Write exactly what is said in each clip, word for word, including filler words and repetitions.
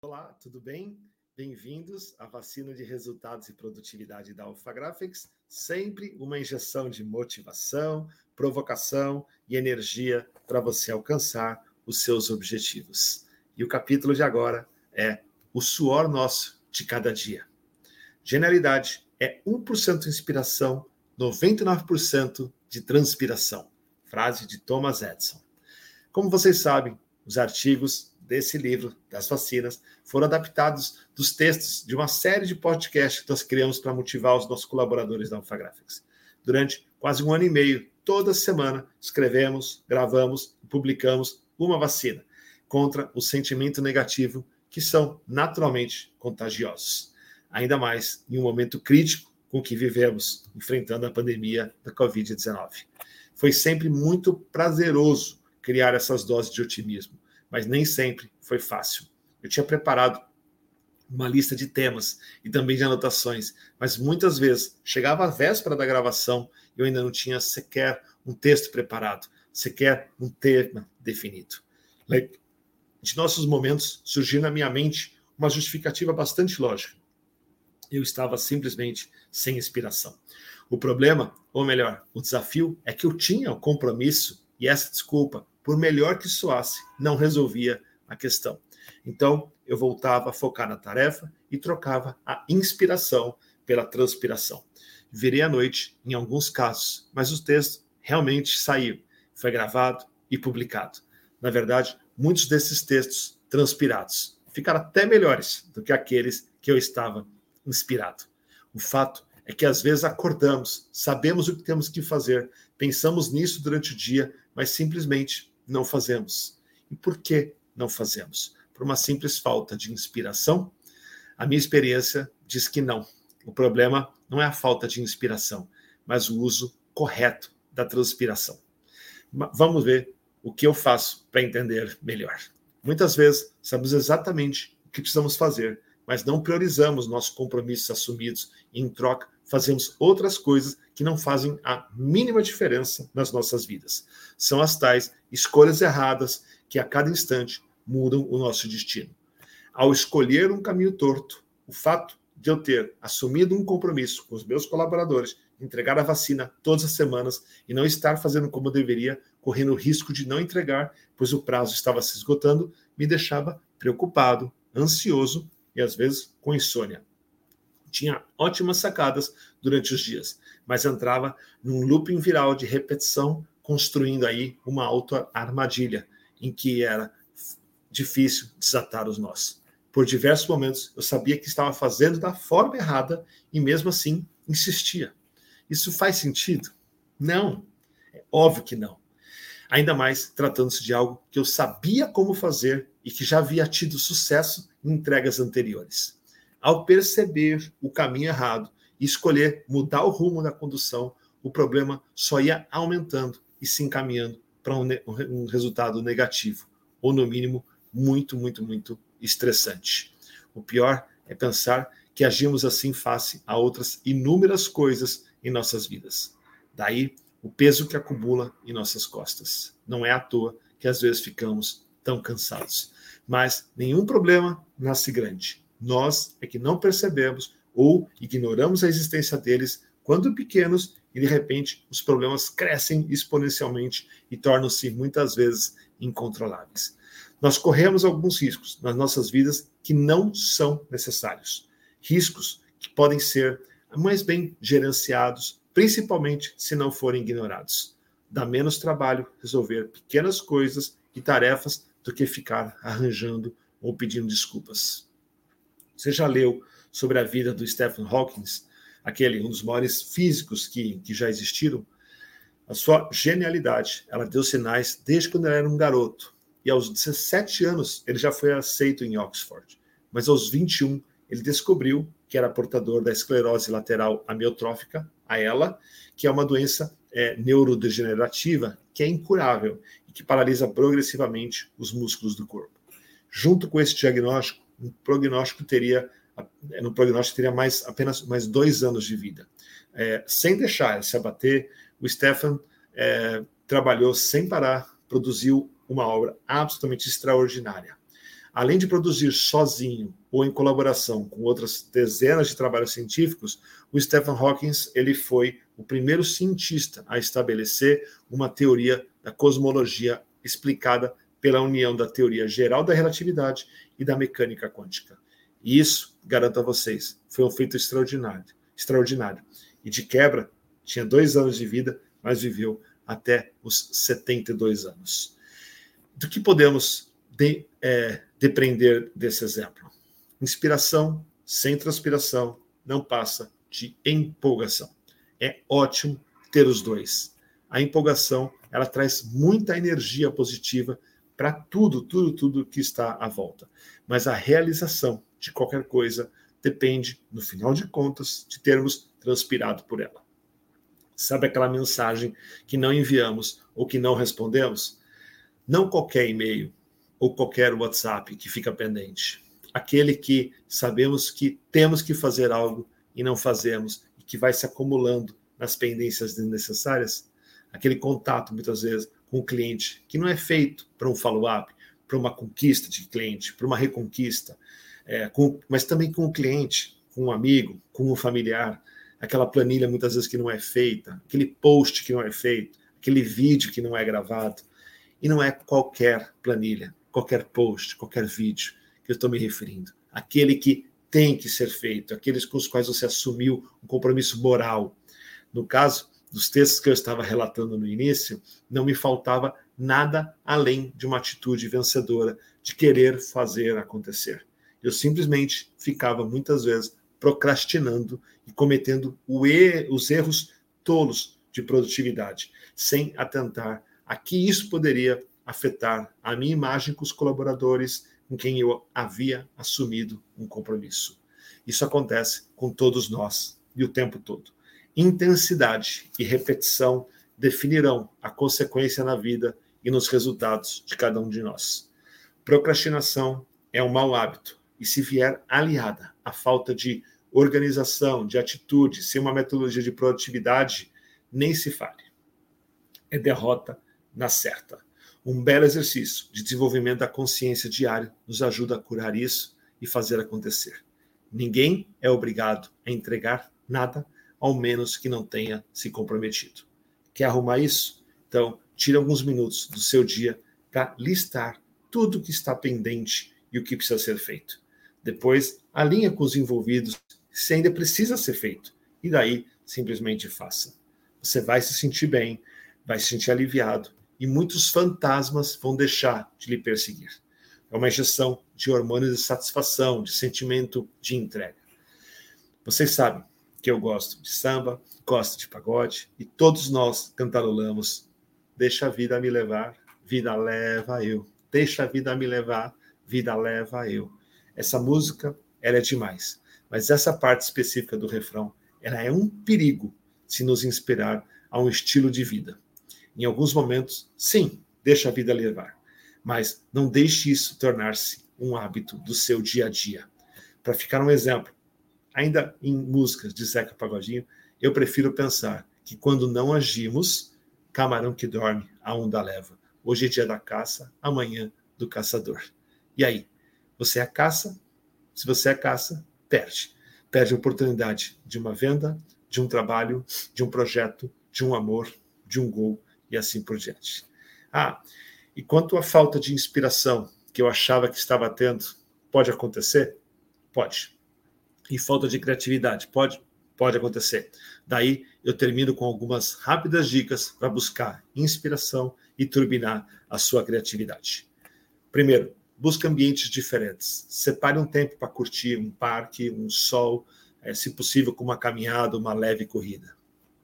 Olá, tudo bem? Bem-vindos à vacina de resultados e produtividade da Alpha Graphics, sempre uma injeção de motivação, provocação e energia para você alcançar os seus objetivos. E o capítulo de agora é o suor nosso de cada dia. Genialidade é um por cento inspiração, noventa e nove por cento de transpiração. Frase de Thomas Edison. Como vocês sabem, os artigos desse livro, das vacinas, foram adaptados dos textos de uma série de podcasts que nós criamos para motivar os nossos colaboradores da Alpha Graphics. Durante quase um ano e meio, toda semana, escrevemos, gravamos e publicamos uma vacina contra o sentimento negativo, que são naturalmente contagiosos. Ainda mais em um momento crítico com o que vivemos, enfrentando a pandemia da covid dezenove. Foi sempre muito prazeroso criar essas doses de otimismo, mas nem sempre foi fácil. Eu tinha preparado uma lista de temas e também de anotações, mas muitas vezes chegava a véspera da gravação e eu ainda não tinha sequer um texto preparado, sequer um tema definido. De nossos momentos, surgiu na minha mente uma justificativa bastante lógica. Eu estava simplesmente sem inspiração. O problema, ou melhor, o desafio, é que eu tinha o compromisso e essa desculpa, por melhor que soasse, não resolvia a questão. Então, eu voltava a focar na tarefa e trocava a inspiração pela transpiração. Virei à noite, em alguns casos, mas o texto realmente saiu. Foi gravado e publicado. Na verdade, muitos desses textos transpirados ficaram até melhores do que aqueles que eu estava inspirado. O fato é que às vezes acordamos, sabemos o que temos que fazer, pensamos nisso durante o dia, mas simplesmente não fazemos. E por que não fazemos? Por uma simples falta de inspiração? A minha experiência diz que não. O problema não é a falta de inspiração, mas o uso correto da transpiração. Vamos ver o que eu faço para entender melhor. Muitas vezes sabemos exatamente o que precisamos fazer, mas não priorizamos nossos compromissos assumidos e, em troca, fazemos outras coisas que não fazem a mínima diferença nas nossas vidas. São as tais escolhas erradas que a cada instante mudam o nosso destino. Ao escolher um caminho torto, o fato de eu ter assumido um compromisso com os meus colaboradores, entregar a vacina todas as semanas e não estar fazendo como eu deveria, correndo o risco de não entregar, pois o prazo estava se esgotando, me deixava preocupado, ansioso e às vezes com insônia. Tinha ótimas sacadas durante os dias, mas entrava num looping viral de repetição, construindo aí uma auto-armadilha, em que era difícil desatar os nós. Por diversos momentos, eu sabia que estava fazendo da forma errada e mesmo assim insistia. Isso faz sentido? Não. É óbvio que não. Ainda mais tratando-se de algo que eu sabia como fazer e que já havia tido sucesso em entregas anteriores. Ao perceber o caminho errado e escolher mudar o rumo da condução, o problema só ia aumentando e se encaminhando para um, um resultado negativo, ou no mínimo, muito, muito, muito estressante. O pior é pensar que agimos assim face a outras inúmeras coisas em nossas vidas. Daí, o peso que acumula em nossas costas. Não é à toa que às vezes ficamos tão cansados. Mas nenhum problema nasce grande. Nós é que não percebemos ou ignoramos a existência deles quando pequenos e, de repente, os problemas crescem exponencialmente e tornam-se, muitas vezes, incontroláveis. Nós corremos alguns riscos nas nossas vidas que não são necessários. Riscos que podem ser mais bem gerenciados, principalmente se não forem ignorados. Dá menos trabalho resolver pequenas coisas e tarefas do que ficar arranjando ou pedindo desculpas. Você já leu sobre a vida do Stephen Hawking, aquele um dos maiores físicos que, que já existiram? A sua genialidade, ela deu sinais desde quando ele era um garoto. E aos dezessete anos, ele já foi aceito em Oxford. Mas aos vinte e um, ele descobriu que era portador da esclerose lateral amiotrófica, a ELA, que é uma doença é, neurodegenerativa que é incurável e que paralisa progressivamente os músculos do corpo. Junto com esse diagnóstico, no prognóstico teria, no prognóstico teria mais, apenas mais dois anos de vida. É, sem deixar se abater, o Stephen é, trabalhou sem parar, produziu uma obra absolutamente extraordinária. além de produzir sozinho ou em colaboração com outras dezenas de trabalhos científicos, o Stephen Hawking ele foi o primeiro cientista a estabelecer uma teoria da cosmologia explicada pela união da teoria geral da relatividade e da mecânica quântica. E isso, garanto a vocês, foi um feito extraordinário. extraordinário. E de quebra, tinha dois anos de vida, mas viveu até os setenta e dois anos. Do que podemos de, é, depreender desse exemplo? Inspiração sem transpiração não passa de empolgação. É ótimo ter os dois. A empolgação, ela traz muita energia positiva para tudo, tudo, tudo que está à volta. Mas a realização de qualquer coisa depende, no final de contas, de termos transpirado por ela. Sabe aquela mensagem que não enviamos ou que não respondemos? Não qualquer e-mail ou qualquer WhatsApp que fica pendente. Aquele que sabemos que temos que fazer algo e não fazemos e que vai se acumulando nas pendências desnecessárias. Aquele contato, muitas vezes, com o cliente, que não é feito para um follow-up, para uma conquista de cliente, para uma reconquista, é, com, mas também com o cliente, com um amigo, com um familiar, aquela planilha muitas vezes que não é feita, aquele post que não é feito, aquele vídeo que não é gravado. E não é qualquer planilha, qualquer post, qualquer vídeo que eu estou me referindo. Aquele que tem que ser feito, aqueles com os quais você assumiu um compromisso moral. No caso dos textos que eu estava relatando no início, não me faltava nada além de uma atitude vencedora de querer fazer acontecer. Eu simplesmente ficava muitas vezes procrastinando e cometendo os erros tolos de produtividade, sem atentar a que isso poderia afetar a minha imagem com os colaboradores com quem eu havia assumido um compromisso. Isso acontece com todos nós e o tempo todo. Intensidade e repetição definirão a consequência na vida e nos resultados de cada um de nós. Procrastinação é um mau hábito e, se vier aliada à falta de organização, de atitude, sem uma metodologia de produtividade, nem se fale. É derrota na certa. Um belo exercício de desenvolvimento da consciência diário nos ajuda a curar isso e fazer acontecer. Ninguém é obrigado a entregar nada, ao menos que não tenha se comprometido. Quer arrumar isso? Então, tire alguns minutos do seu dia para listar tudo o que está pendente e o que precisa ser feito. Depois, alinha com os envolvidos se ainda precisa ser feito. E daí, simplesmente faça. Você vai se sentir bem, vai se sentir aliviado e muitos fantasmas vão deixar de lhe perseguir. É uma injeção de hormônios de satisfação, de sentimento de entrega. Vocês sabem que eu gosto de samba, gosto de pagode e todos nós cantarolamos: deixa a vida me levar, vida leva eu. Deixa a vida me levar, vida leva eu. Essa música, ela é demais, mas essa parte específica do refrão, ela é um perigo se nos inspirar a um estilo de vida. Em alguns momentos, sim, deixa a vida levar, mas não deixe isso tornar-se um hábito do seu dia a dia. Para ficar um exemplo, ainda em músicas de Zeca Pagodinho, eu prefiro pensar que quando não agimos, camarão que dorme, a onda leva. Hoje é dia da caça, amanhã do caçador. E aí, você é a caça? Se você é a caça, perde. Perde a oportunidade de uma venda, de um trabalho, de um projeto, de um amor, de um gol e assim por diante. Ah, e quanto à falta de inspiração que eu achava que estava tendo, pode acontecer? Pode. E falta de criatividade? Pode? Pode acontecer. Daí eu termino com algumas rápidas dicas para buscar inspiração e turbinar a sua criatividade. Primeiro, busque ambientes diferentes. Separe um tempo para curtir um parque, um sol, é, se possível com uma caminhada, uma leve corrida.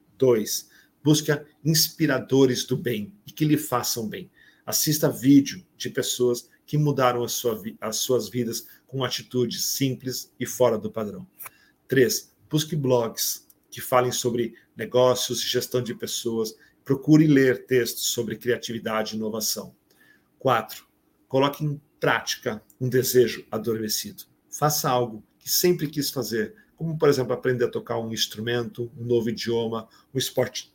Dois, busque inspiradores do bem e que lhe façam bem. Assista vídeo de pessoas que mudaram a sua, as suas vidas com atitudes simples e fora do padrão. Três, busque blogs que falem sobre negócios e gestão de pessoas. Procure ler textos sobre criatividade e inovação. Quatro, coloque em prática um desejo adormecido. Faça algo que sempre quis fazer, como, por exemplo, aprender a tocar um instrumento, um novo idioma, um esporte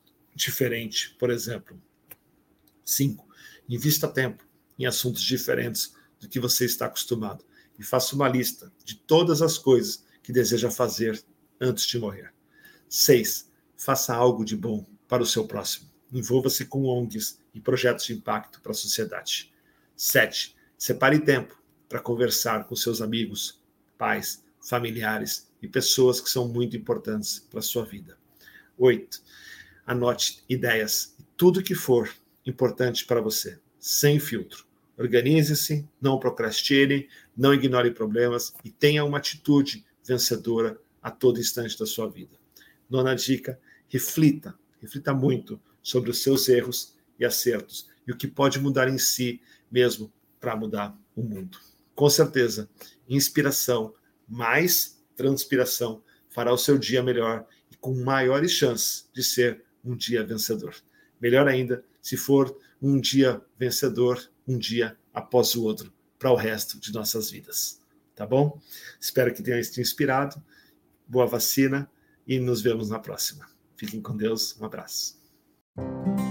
diferente, por exemplo. Cinco, invista tempo em assuntos diferentes do que você está acostumado. E faça uma lista de todas as coisas que deseja fazer antes de morrer. Seis, faça algo de bom para o seu próximo. Envolva-se com O N Gs e projetos de impacto para a sociedade. Sete, separe tempo para conversar com seus amigos, pais, familiares e pessoas que são muito importantes para a sua vida. Oito, anote ideias e tudo que for importante para você, sem filtro. Organize-se, não procrastine, não ignore problemas e tenha uma atitude vencedora a todo instante da sua vida. Nona dica, reflita, reflita muito sobre os seus erros e acertos e o que pode mudar em si mesmo para mudar o mundo. Com certeza, inspiração mais transpiração fará o seu dia melhor e com maiores chances de ser um dia vencedor. Melhor ainda, se for um dia vencedor, um dia após o outro, para o resto de nossas vidas. Tá bom? Espero que tenha te inspirado. Boa vacina e nos vemos na próxima. Fiquem com Deus. Um abraço.